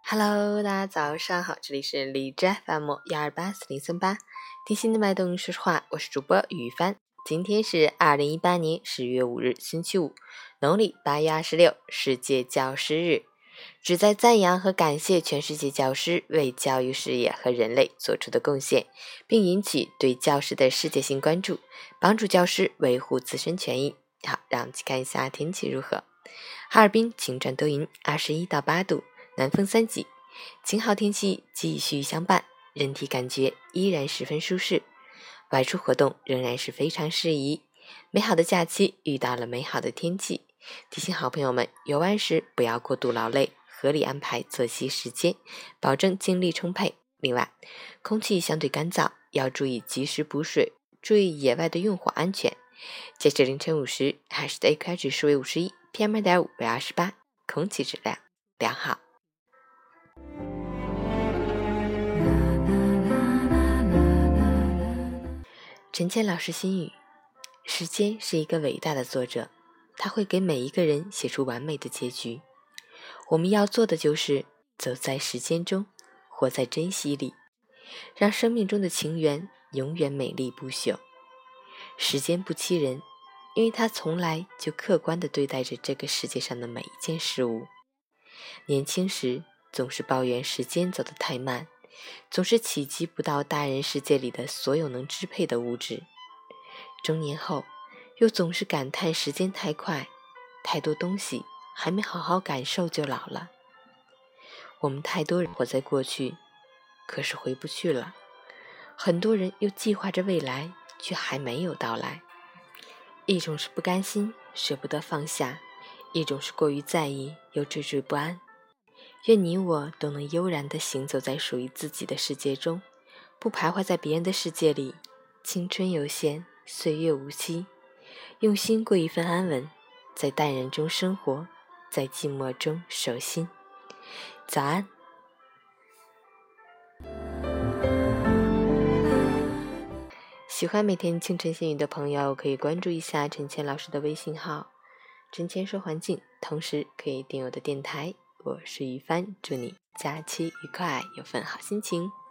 Hello， 大家早上好，这里是荔枝 FM1284038，听心的脉动，说实话，我是主播雨帆。今天是2018年10月5日，星期五，农历8月26，世界教师日，旨在赞扬和感谢全世界教师为教育事业和人类做出的贡献，并引起对教师的世界性关注，帮助教师维护自身权益。好，让我们去看一下天气如何。哈尔滨晴转多云，21到8度。南风3级，晴好天气继续相伴，人体感觉依然十分舒适，外出活动仍然是非常适宜。美好的假期遇到了美好的天气，提醒好朋友们游玩时不要过度劳累，合理安排作息时间，保证精力充沛。另外，空气相对干燥，要注意及时补水，注意野外的用火安全。截至凌晨5时，海市的 AQI 指数为51 ，PM2.5 为28，空气质量良好。陈谦老师心语：时间是一个伟大的作者，他会给每一个人写出完美的结局。我们要做的就是走在时间中，活在珍惜里，让生命中的情缘永远美丽不朽。时间不欺人，因为它从来就客观地对待着这个世界上的每一件事物。年轻时总是抱怨时间走得太慢，总是企及不到大人世界里的所有能支配的物质。中年后又总是感叹时间太快，太多东西还没好好感受就老了。我们太多人活在过去，可是回不去了，很多人又计划着未来，却还没有到来。一种是不甘心，舍不得放下，一种是过于在意，又惴惴不安。愿你我都能悠然地行走在属于自己的世界中，不徘徊在别人的世界里。青春有限，岁月无期，用心过一份安稳，在淡然中生活，在寂寞中守心。早安。喜欢每天清晨心语的朋友，可以关注一下陈谦老师的微信号陈谦说环境，同时可以订阅我的电台。我是于帆，祝你假期愉快，有份好心情。